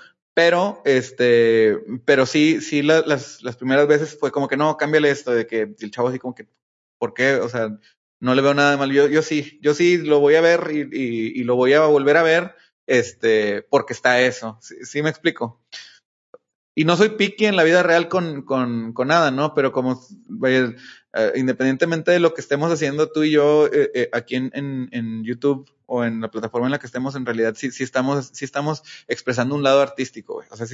Pero sí, las primeras veces fue como que no, cámbiale esto, de que el chavo así como que, ¿por qué? O sea, no le veo nada de mal. Yo sí lo voy a ver y lo voy a volver a ver, porque está eso. Sí me explico. Y no soy picky en la vida real con nada, ¿no? Pero como, vaya, independientemente de lo que estemos haciendo tú y yo aquí en YouTube o en la plataforma en la que estemos, en realidad sí estamos expresando un lado artístico, güey. O sea,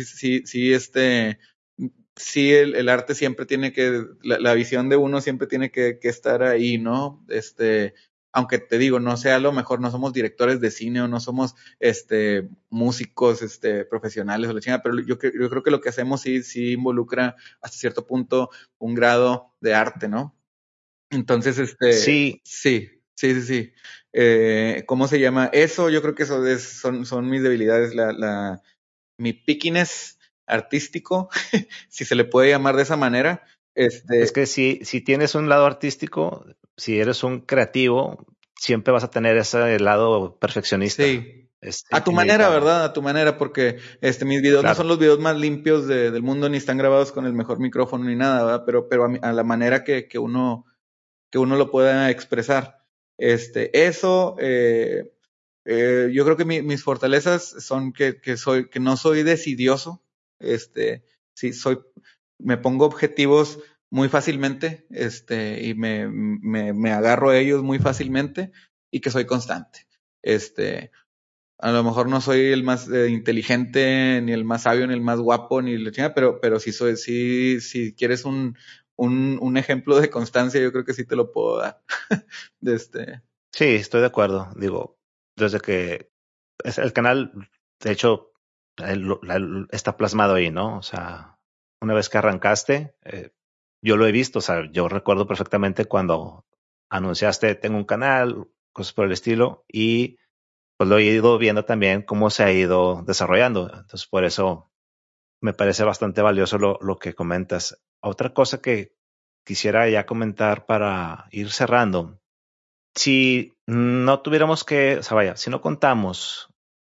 sí el arte siempre tiene la visión de uno siempre tiene que estar ahí, ¿no? Aunque te digo, no sea a lo mejor, no somos directores de cine o no somos músicos profesionales o la chingada, pero yo creo que lo que hacemos sí involucra hasta cierto punto un grado de arte, ¿no? Entonces, Sí, sí. ¿Cómo se llama? Eso, yo creo que son mis debilidades, mi pickiness artístico, si se le puede llamar de esa manera. es Este, que si tienes un lado artístico, si eres un creativo, siempre vas a tener ese lado perfeccionista. sí. Es A tu manera, inevitable. ¿verdad? A tu manera, porque mis videos no son Claro. los videos más limpios del mundo, ni están grabados con el mejor micrófono ni nada, ¿verdad? Pero a la manera que uno lo pueda expresar. Eso, yo creo que mis fortalezas son que no soy decidioso, sí, me pongo objetivos muy fácilmente, y me agarro a ellos muy fácilmente y que soy constante. A lo mejor no soy el más inteligente, ni el más sabio, ni el más guapo, ni la chingada, pero sí, si quieres un ejemplo de constancia, yo creo que sí te lo puedo dar. De Sí, estoy de acuerdo. Digo, desde que es el canal, de hecho, está plasmado ahí, ¿no? O sea, una vez que arrancaste, yo lo he visto, o sea, yo recuerdo perfectamente cuando anunciaste, tengo un canal, cosas por el estilo, y pues lo he ido viendo también cómo se ha ido desarrollando. Entonces, por eso me parece bastante valioso lo que comentas. Otra cosa que quisiera ya comentar para ir cerrando, si no tuviéramos que, o sea, vaya, si no contamos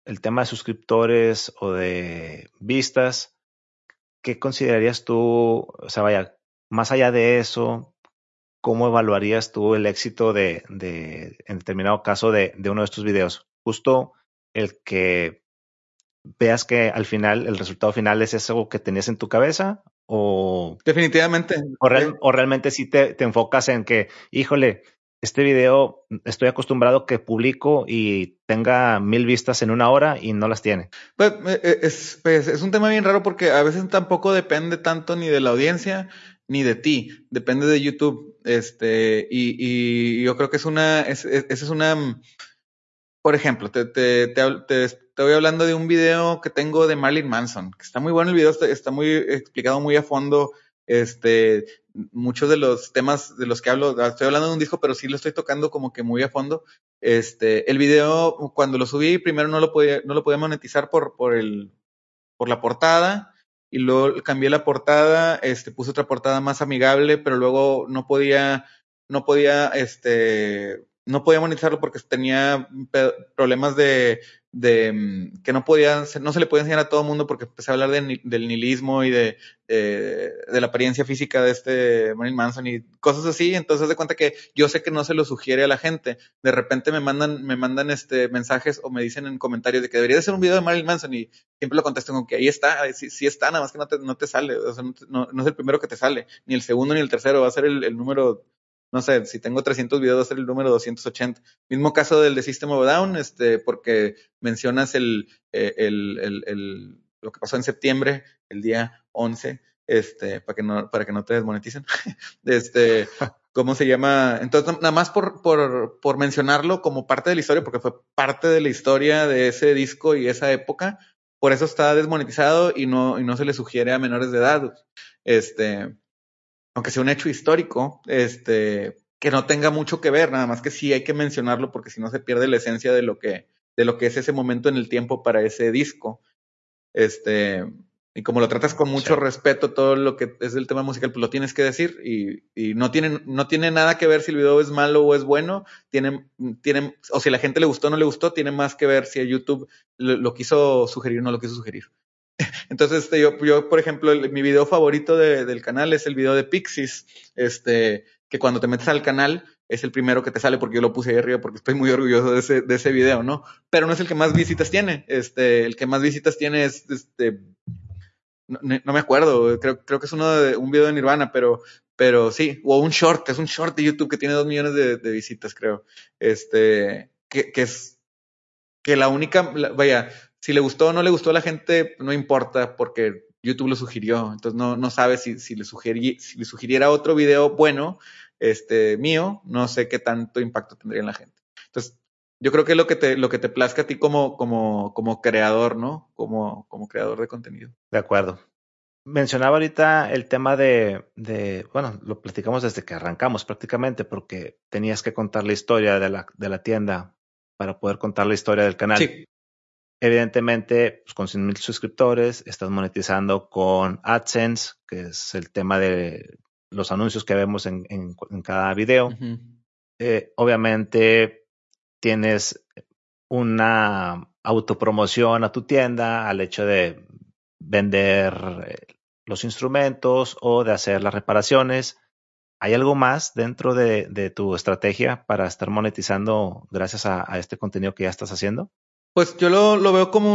el tema de suscriptores o de vistas, ¿qué considerarías tú? O sea, vaya, más allá de eso, ¿cómo evaluarías tú el éxito en determinado caso de uno de estos videos? Justo el que veas que al final, el resultado final es eso que tenías en tu cabeza, Definitivamente. o realmente sí te enfocas en que, híjole, este video estoy acostumbrado que publico y tenga 1000 vistas en una hora y no las tiene. Pues, es un tema bien raro porque a veces tampoco depende tanto ni de la audiencia ni de ti, depende de YouTube. Y yo creo que esa es una, por ejemplo, te voy hablando de un video que tengo de Marilyn Manson, que está muy bueno el video, está muy explicado muy a fondo, este, muchos de los temas de los que hablo, estoy hablando de un disco, pero sí lo estoy tocando como que muy a fondo. El video, cuando lo subí, primero no lo podía monetizar por la portada, y luego cambié la portada, puse otra portada más amigable, pero luego no podía, no podía monetizarlo porque tenía problemas que no se le podía enseñar a todo el mundo porque empecé a hablar del nihilismo y de la apariencia física de este Marilyn Manson y cosas así. Entonces, de cuenta que yo sé que no se lo sugiere a la gente. De repente me mandan mensajes o me dicen en comentarios de que debería de ser un video de Marilyn Manson, y siempre lo contesto con que ahí está, sí está, nada más que no te sale, o sea, no es el primero que te sale, ni el segundo ni el tercero, va a ser el número, no sé, si tengo 300 videos va a ser el número 280. Mismo caso del de System of a Down, porque mencionas lo que pasó en septiembre, el día 11, para que no te desmoneticen. ¿Cómo se llama? Entonces, nada más por mencionarlo como parte de la historia, porque fue parte de la historia de ese disco y esa época, por eso está desmonetizado y no se le sugiere a menores de edad. Aunque sea un hecho histórico, que no tenga mucho que ver, nada más que sí hay que mencionarlo porque si no se pierde la esencia de lo que es ese momento en el tiempo para ese disco. Y como lo tratas con Sí. mucho respeto, todo lo que es el tema musical, pues lo tienes que decir, y no tiene nada que ver si el video es malo o es bueno, o si a la gente le gustó o no le gustó, tiene más que ver si a YouTube lo quiso sugerir o no lo quiso sugerir. Entonces, yo, por ejemplo, mi video favorito del canal es el video de Pixies, que cuando te metes al canal es el primero que te sale porque yo lo puse ahí arriba porque estoy muy orgulloso de ese video, ¿no? Pero no es el que más visitas tiene. El que más visitas tiene es, no me acuerdo, creo que es un video de Nirvana, pero sí, o un short, es un short de YouTube que tiene 2 millones de visitas, creo. Que es que la única, vaya, si le gustó o no le gustó a la gente, no importa porque YouTube lo sugirió. Entonces no sabe si le sugiriera otro video bueno, mío, no sé qué tanto impacto tendría en la gente. Entonces, yo creo que es lo que te plazca a ti como creador, ¿no? Como creador de contenido. De acuerdo. Mencionaba ahorita el tema bueno, lo platicamos desde que arrancamos prácticamente, porque tenías que contar la historia de la tienda para poder contar la historia del canal. Sí. Evidentemente, pues con 100,000 suscriptores, estás monetizando con AdSense, que es el tema de los anuncios que vemos en cada video. Uh-huh. Obviamente, tienes una autopromoción a tu tienda al hecho de vender los instrumentos o de hacer las reparaciones. ¿Hay algo más dentro de tu estrategia para estar monetizando gracias a este contenido que ya estás haciendo? Pues yo lo veo como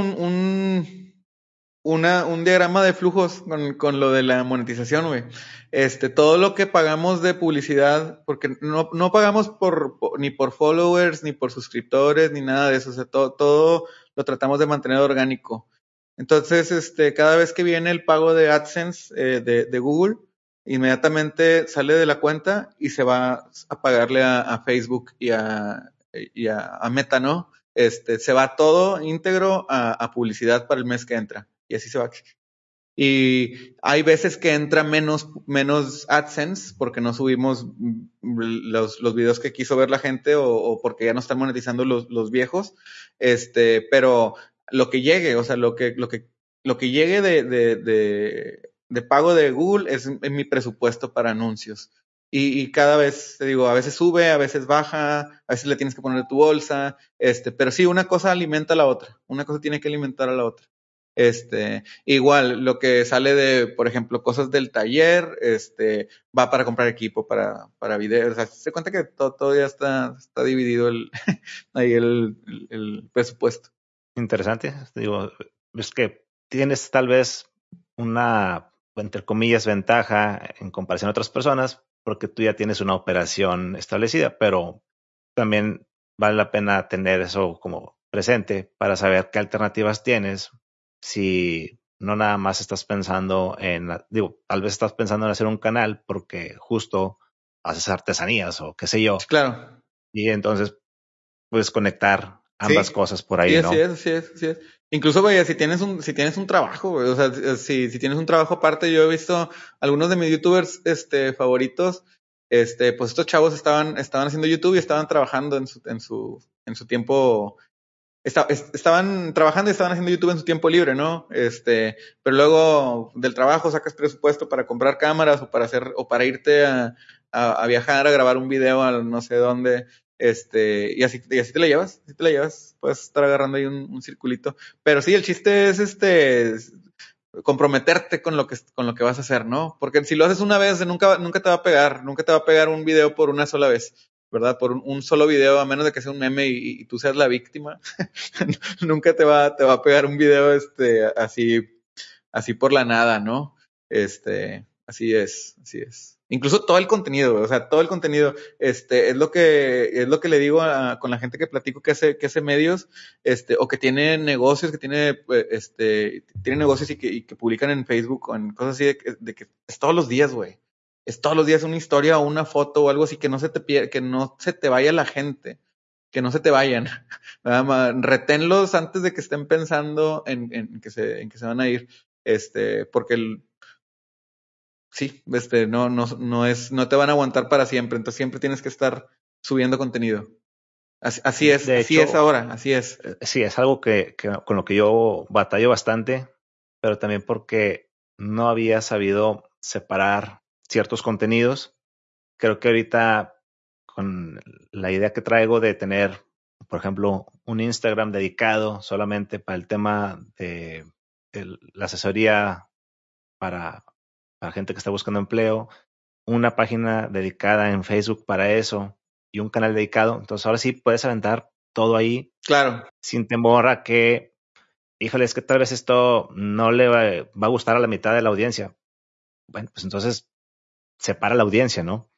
un diagrama de flujos con lo de la monetización, güey. Todo lo que pagamos de publicidad, porque no pagamos ni por followers, ni por suscriptores, ni nada de eso. O sea, todo lo tratamos de mantener orgánico. Entonces, cada vez que viene el pago de AdSense de Google, inmediatamente sale de la cuenta y se va a pagarle a Facebook y a Meta, ¿no? Se va todo íntegro a publicidad para el mes que entra. Y así se va. Y hay veces que entra menos AdSense porque no subimos los videos que quiso ver la gente o porque ya no están monetizando los viejos. Pero lo que llegue, o sea, lo que llegue de pago de Google es en mi presupuesto para anuncios. y cada vez, te digo, a veces sube, a veces baja, a veces le tienes que poner tu bolsa, pero sí, una cosa alimenta a la otra, una cosa tiene que alimentar a la otra. Igual, lo que sale de, por ejemplo, cosas del taller, va para comprar equipo, para video, o sea, se cuenta que todo ya está dividido ahí el presupuesto. Interesante. Digo, es que tienes tal vez una, entre comillas, ventaja en comparación a otras personas porque tú ya tienes una operación establecida, pero también vale la pena tener eso como presente para saber qué alternativas tienes si no nada más estás pensando digo, tal vez estás pensando en hacer un canal porque justo haces artesanías o qué sé yo, Claro. y entonces puedes conectar ambas Sí, cosas por sí, ahí, así es, ¿no? así es, así es. Incluso, güey, si tienes un trabajo, güey, o sea, si tienes un trabajo aparte, yo he visto algunos de mis youtubers, favoritos, pues estos chavos estaban haciendo YouTube y estaban trabajando en su tiempo, estaban trabajando y estaban haciendo YouTube en su tiempo libre, ¿no? Pero luego del trabajo sacas presupuesto para comprar cámaras o para irte a viajar, a grabar un video a no sé dónde, y así te la llevas, puedes estar agarrando ahí un circulito. Pero sí, el chiste es comprometerte con lo que vas a hacer, ¿no? Porque si lo haces una vez, nunca te va a pegar, nunca te va a pegar un video por una sola vez, ¿verdad? Por un solo video, a menos de que sea un meme y tú seas la víctima, nunca te va a pegar un video, así por la nada, ¿no? Así es, así es. Incluso todo el contenido, o sea, todo el contenido, es lo que le digo con la gente que platico que hace medios, o que tiene negocios, tiene negocios y que publican en Facebook o en cosas así de que es todos los días, güey. Es todos los días una historia o una foto o algo así que no se te que no se te vaya la gente, que no se te vayan. Nada más, reténlos antes de que estén pensando en que se van a ir. Porque sí, no te van a aguantar para siempre, entonces siempre tienes que estar subiendo contenido. De Así es hecho, ahora, así es. sí, es algo con lo que yo batallo bastante, pero también porque no había sabido separar ciertos contenidos. Creo que ahorita con la idea que traigo de tener, por ejemplo, un Instagram dedicado solamente para el tema de la asesoría para, para gente que está buscando empleo, una página dedicada en Facebook para eso y un canal dedicado. Entonces ahora sí puedes aventar todo ahí Claro, sin temor a que, híjole, es que tal vez esto no le va a gustar a la mitad de la audiencia. Bueno, pues entonces separa la audiencia, ¿no?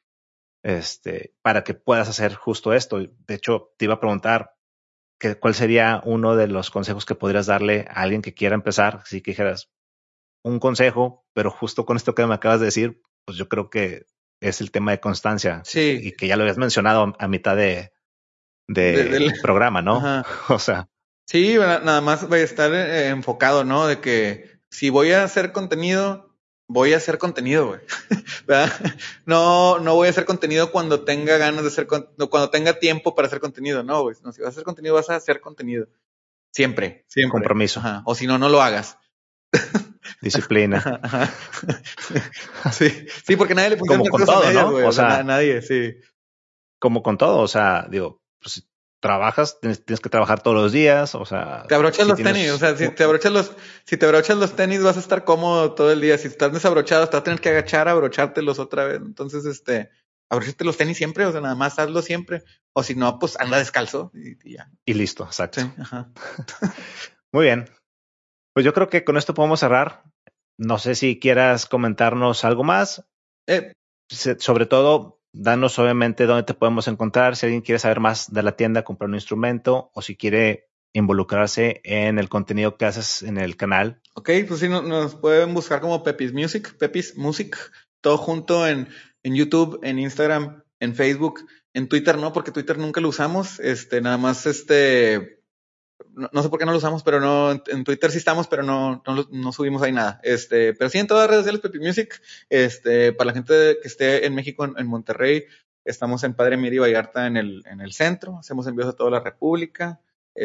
Para que puedas hacer justo esto. De hecho, te iba a preguntar cuál sería uno de los consejos que podrías darle a alguien que quiera empezar, si que dijeras un consejo, pero justo con esto que me acabas de decir, pues yo creo que es el tema de constancia sí. y que ya lo habías mencionado a mitad Del, de programa, ¿no? ajá. O sea, Sí, nada más voy a estar enfocado, ¿no? De que si voy a hacer contenido, voy a hacer contenido, güey. ¿Verdad? No voy a hacer contenido cuando tenga ganas de no, cuando tenga tiempo para hacer contenido, no, güey. No, si vas a hacer contenido, vas a hacer contenido. Siempre, siempre. compromiso, Ajá. O si no, no lo hagas. disciplina, Ajá, ajá. Sí, sí, porque nadie le funciona como hacer con cosas a todo, medias, ¿no? güey. O O sea, sea, nadie, sí. como con todo, o sea, digo, pues, si trabajas, tienes que trabajar todos los días, o sea, Te abrochas si los tenis, o tienes, sea, si te abrochas los tenis vas a estar cómodo todo el día. Si estás desabrochado, te vas a tener que agachar a abrochártelos otra vez. Entonces, abrochate los tenis siempre, o sea, nada más hazlo siempre. O si no, pues anda descalzo y ya. y listo, Sí, exacto. ajá. Muy bien, pues yo creo que con esto podemos cerrar. No sé si quieras comentarnos algo más. Eh, Sobre todo, danos obviamente dónde te podemos encontrar, si alguien quiere saber más de la tienda, comprar un instrumento o si quiere involucrarse en el contenido que haces en el canal. ok, pues sí, nos pueden buscar como Pepis Music, todo junto en YouTube, en Instagram, en Facebook, en Twitter, no, porque Twitter nunca lo usamos, nada más, no sé por qué no lo usamos, pero no, en Twitter sí estamos, pero no subimos ahí nada. Pero sí en todas las redes sociales Pepi Music. Para la gente que esté en México, en Monterrey, estamos en Padre Miri Vallarta en el centro. Hacemos envíos a toda la República.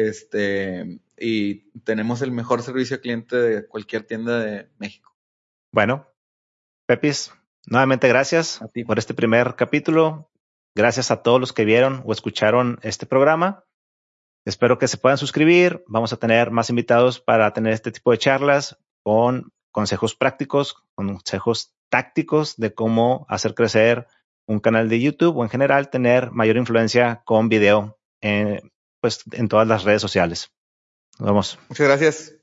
Y tenemos el mejor servicio al cliente de cualquier tienda de México. Bueno, Pepis, Nuevamente, gracias A ti. por este primer capítulo. Gracias a todos los que vieron o escucharon este programa. Espero que se puedan suscribir. Vamos a tener más invitados para tener este tipo de charlas con consejos prácticos, consejos tácticos de cómo hacer crecer un canal de YouTube o en general tener mayor influencia con video pues, en todas las redes sociales. Nos vemos. Muchas gracias.